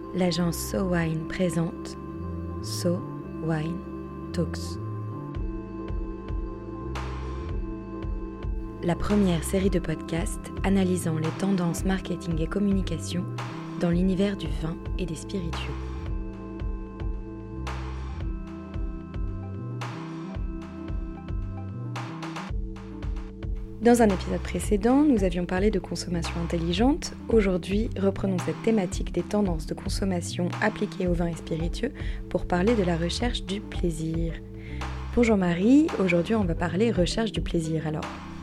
l'agence So Wine présente So Wine Talks. La première série de podcasts analysant les tendances marketing et communication dans l'univers du vin et des spiritueux. Dans un épisode précédent, nous avions parlé de consommation intelligente. Aujourd'hui, reprenons cette thématique des tendances de consommation appliquées aux vins et spiritueux pour parler de la recherche du plaisir. Bonjour Marie, aujourd'hui on va parler recherche du plaisir alors.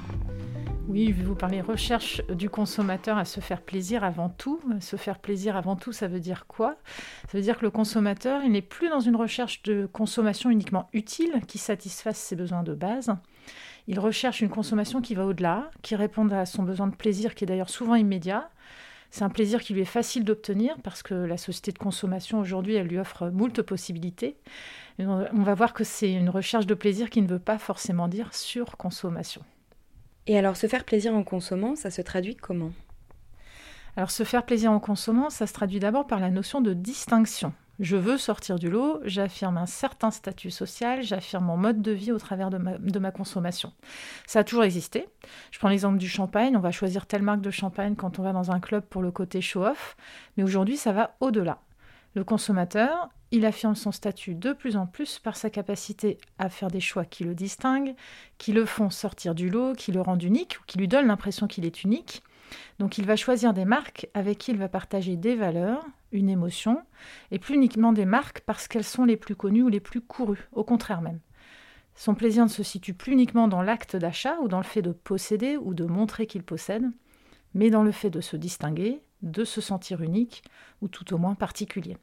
Oui, je vais vous parler recherche du consommateur à se faire plaisir avant tout. Se faire plaisir avant tout, ça veut dire quoi ? Ça veut dire que le consommateur, il n'est plus dans une recherche de consommation uniquement utile, qui satisfasse ses besoins de base. Il recherche une consommation qui va au-delà, qui réponde à son besoin de plaisir, qui est d'ailleurs souvent immédiat. C'est un plaisir qui lui est facile d'obtenir, parce que la société de consommation, aujourd'hui, elle lui offre moult possibilités. Et on va voir que c'est une recherche de plaisir qui ne veut pas forcément dire surconsommation. Et alors, se faire plaisir en consommant, ça se traduit comment ? Alors, se faire plaisir en consommant, ça se traduit d'abord par la notion de distinction. Je veux sortir du lot, j'affirme un certain statut social, j'affirme mon mode de vie au travers de ma consommation. Ça a toujours existé. Je prends l'exemple du champagne, on va choisir telle marque de champagne quand on va dans un club pour le côté show-off, mais aujourd'hui, ça va au-delà. Le consommateur, il affirme son statut de plus en plus par sa capacité à faire des choix qui le distinguent, qui le font sortir du lot, qui le rendent unique, ou qui lui donnent l'impression qu'il est unique. Donc il va choisir des marques avec qui il va partager des valeurs, une émotion, et plus uniquement des marques parce qu'elles sont les plus connues ou les plus courues, au contraire même. Son plaisir ne se situe plus uniquement dans l'acte d'achat ou dans le fait de posséder ou de montrer qu'il possède, mais dans le fait de se distinguer, de se sentir unique ou tout au moins particulier.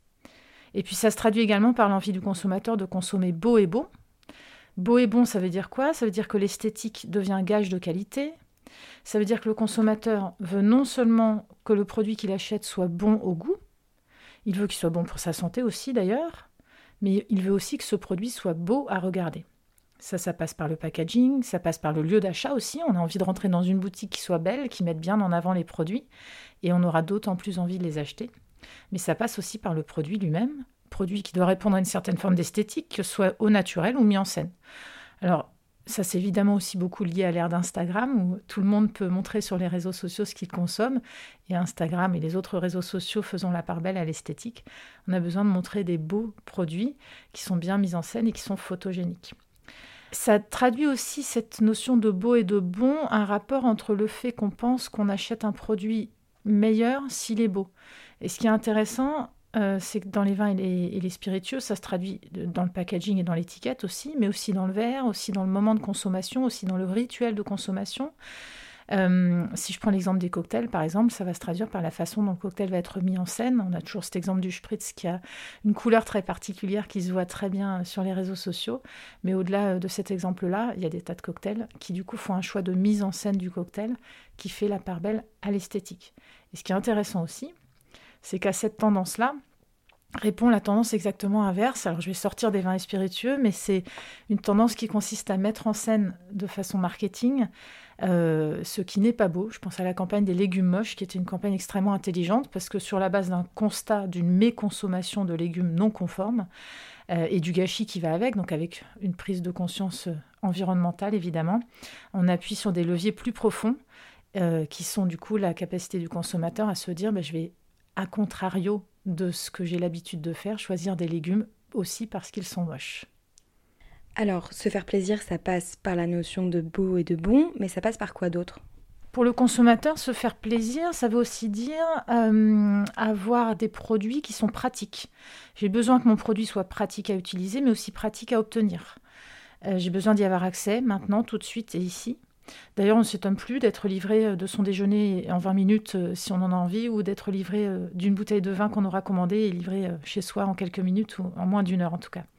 Et puis ça se traduit également par l'envie du consommateur de consommer beau et bon. Beau et bon, ça veut dire quoi ? Ça veut dire que l'esthétique devient gage de qualité. Ça veut dire que le consommateur veut non seulement que le produit qu'il achète soit bon au goût, il veut qu'il soit bon pour sa santé aussi d'ailleurs, mais il veut aussi que ce produit soit beau à regarder. Ça passe par le packaging, ça passe par le lieu d'achat aussi. On a envie de rentrer dans une boutique qui soit belle, qui mette bien en avant les produits, et on aura d'autant plus envie de les acheter. Mais ça passe aussi par le produit lui-même, produit qui doit répondre à une certaine forme d'esthétique, que ce soit au naturel ou mis en scène. Alors, ça, c'est évidemment aussi beaucoup lié à l'ère d'Instagram, où tout le monde peut montrer sur les réseaux sociaux ce qu'il consomme, et Instagram et les autres réseaux sociaux faisant la part belle à l'esthétique. On a besoin de montrer des beaux produits qui sont bien mis en scène et qui sont photogéniques. Ça traduit aussi cette notion de beau et de bon, un rapport entre le fait qu'on pense qu'on achète un produit meilleur s'il est beau. Et ce qui est intéressant, c'est que dans les vins et les spiritueux, ça se traduit dans le packaging et dans l'étiquette aussi, mais aussi dans le verre, aussi dans le moment de consommation, aussi dans le rituel de consommation. Si je prends l'exemple des cocktails, par exemple, ça va se traduire par la façon dont le cocktail va être mis en scène. On a toujours cet exemple du spritz qui a une couleur très particulière qui se voit très bien sur les réseaux sociaux. Mais au-delà de cet exemple-là, il y a des tas de cocktails qui du coup font un choix de mise en scène du cocktail qui fait la part belle à l'esthétique. Et ce qui est intéressant aussi, c'est qu'à cette tendance-là, répond la tendance exactement inverse. Alors je vais sortir des vins et spiritueux, mais c'est une tendance qui consiste à mettre en scène de façon marketing ce qui n'est pas beau. Je pense à la campagne des légumes moches, qui était une campagne extrêmement intelligente, parce que sur la base d'un constat d'une méconsommation de légumes non conformes, et du gâchis qui va avec, donc avec une prise de conscience environnementale évidemment, on appuie sur des leviers plus profonds, qui sont du coup la capacité du consommateur à se dire je vais, à contrario de ce que j'ai l'habitude de faire, choisir des légumes aussi parce qu'ils sont moches. Alors, se faire plaisir, ça passe par la notion de beau et de bon, mais ça passe par quoi d'autre ? Pour le consommateur, se faire plaisir, ça veut aussi dire avoir des produits qui sont pratiques. J'ai besoin que mon produit soit pratique à utiliser, mais aussi pratique à obtenir. J'ai besoin d'y avoir accès maintenant, tout de suite et ici. D'ailleurs, on ne s'étonne plus d'être livré de son déjeuner en 20 minutes si on en a envie, ou d'être livré d'une bouteille de vin qu'on aura commandée et livré chez soi en quelques minutes, ou en moins d'une heure en tout cas.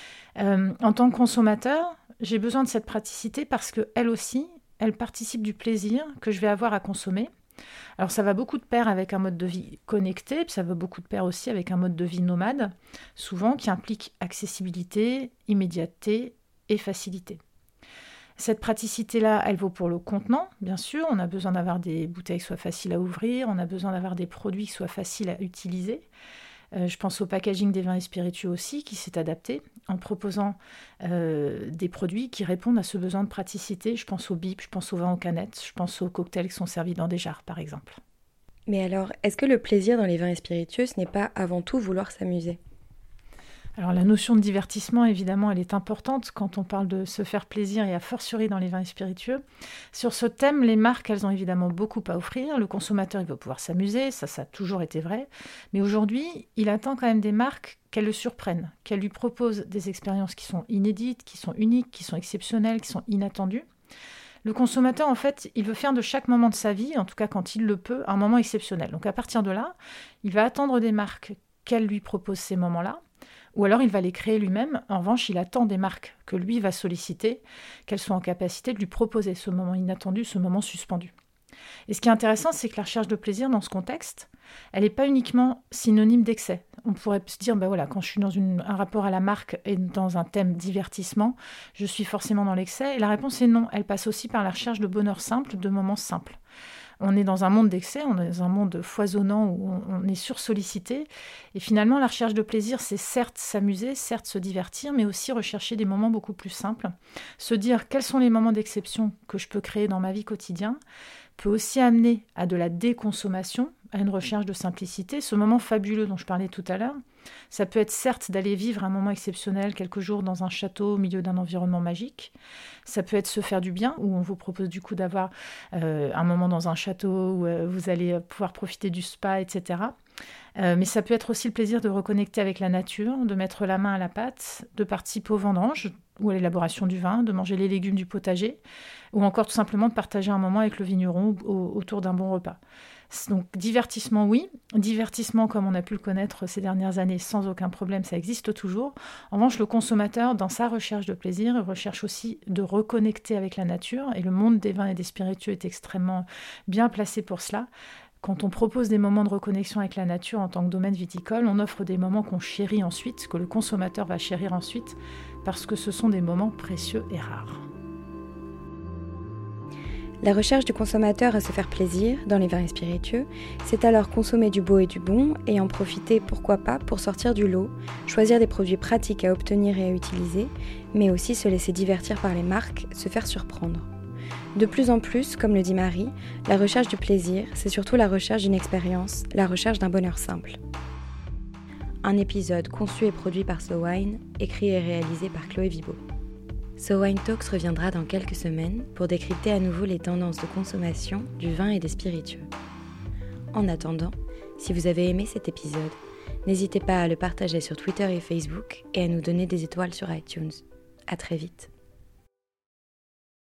En tant que consommateur, j'ai besoin de cette praticité parce qu'elle aussi, elle participe du plaisir que je vais avoir à consommer. Alors ça va beaucoup de pair avec un mode de vie connecté, puis ça va beaucoup de pair aussi avec un mode de vie nomade, souvent qui implique accessibilité, immédiateté et facilité. Cette praticité-là, elle vaut pour le contenant, bien sûr. On a besoin d'avoir des bouteilles qui soient faciles à ouvrir, on a besoin d'avoir des produits qui soient faciles à utiliser. Je pense au packaging des vins et spiritueux aussi, qui s'est adapté en proposant des produits qui répondent à ce besoin de praticité. Je pense aux bips, je pense aux vins aux canettes, je pense aux cocktails qui sont servis dans des jarres, par exemple. Mais alors, est-ce que le plaisir dans les vins et spiritueux, ce n'est pas avant tout vouloir s'amuser ? Alors la notion de divertissement, évidemment, elle est importante quand on parle de se faire plaisir et a fortiori dans les vins et spiritueux. Sur ce thème, les marques, elles ont évidemment beaucoup à offrir. Le consommateur, il va pouvoir s'amuser, ça a toujours été vrai. Mais aujourd'hui, il attend quand même des marques qu'elles le surprennent, qu'elles lui proposent des expériences qui sont inédites, qui sont uniques, qui sont exceptionnelles, qui sont inattendues. Le consommateur, en fait, il veut faire de chaque moment de sa vie, en tout cas quand il le peut, un moment exceptionnel. Donc à partir de là, il va attendre des marques qu'elles lui proposent ces moments-là, ou alors il va les créer lui-même. En revanche, il attend des marques que lui va solliciter, qu'elles soient en capacité de lui proposer ce moment inattendu, ce moment suspendu. Et ce qui est intéressant, c'est que la recherche de plaisir dans ce contexte, elle n'est pas uniquement synonyme d'excès. On pourrait se dire, quand je suis dans un rapport à la marque et dans un thème divertissement, je suis forcément dans l'excès. Et la réponse est non. Elle passe aussi par la recherche de bonheur simple, de moments simples. On est dans un monde d'excès, on est dans un monde foisonnant où on est sursollicité. Et finalement, la recherche de plaisir, c'est certes s'amuser, certes se divertir, mais aussi rechercher des moments beaucoup plus simples. Se dire quels sont les moments d'exception que je peux créer dans ma vie quotidienne peut aussi amener à de la déconsommation, à une recherche de simplicité. Ce moment fabuleux dont je parlais tout à l'heure, ça peut être certes d'aller vivre un moment exceptionnel quelques jours dans un château au milieu d'un environnement magique. Ça peut être se faire du bien, où on vous propose du coup d'avoir un moment dans un château où vous allez pouvoir profiter du spa, etc. Mais ça peut être aussi le plaisir de reconnecter avec la nature, de mettre la main à la pâte, de participer aux vendanges ou à l'élaboration du vin, de manger les légumes du potager, ou encore tout simplement de partager un moment avec le vigneron autour d'un bon repas. Donc divertissement, oui. Divertissement, comme on a pu le connaître ces dernières années, sans aucun problème, ça existe toujours. En revanche, le consommateur, dans sa recherche de plaisir, il recherche aussi de reconnecter avec la nature, et le monde des vins et des spiritueux est extrêmement bien placé pour cela. Quand on propose des moments de reconnexion avec la nature en tant que domaine viticole, on offre des moments qu'on chérit ensuite, que le consommateur va chérir ensuite, parce que ce sont des moments précieux et rares. La recherche du consommateur à se faire plaisir dans les vins et spiritueux, c'est alors consommer du beau et du bon et en profiter, pourquoi pas, pour sortir du lot, choisir des produits pratiques à obtenir et à utiliser, mais aussi se laisser divertir par les marques, se faire surprendre. De plus en plus, comme le dit Marie, la recherche du plaisir, c'est surtout la recherche d'une expérience, la recherche d'un bonheur simple. Un épisode conçu et produit par SoWine, écrit et réalisé par Chloé Vibo. SoWine Talks reviendra dans quelques semaines pour décrypter à nouveau les tendances de consommation du vin et des spiritueux. En attendant, si vous avez aimé cet épisode, n'hésitez pas à le partager sur Twitter et Facebook et à nous donner des étoiles sur iTunes. À très vite.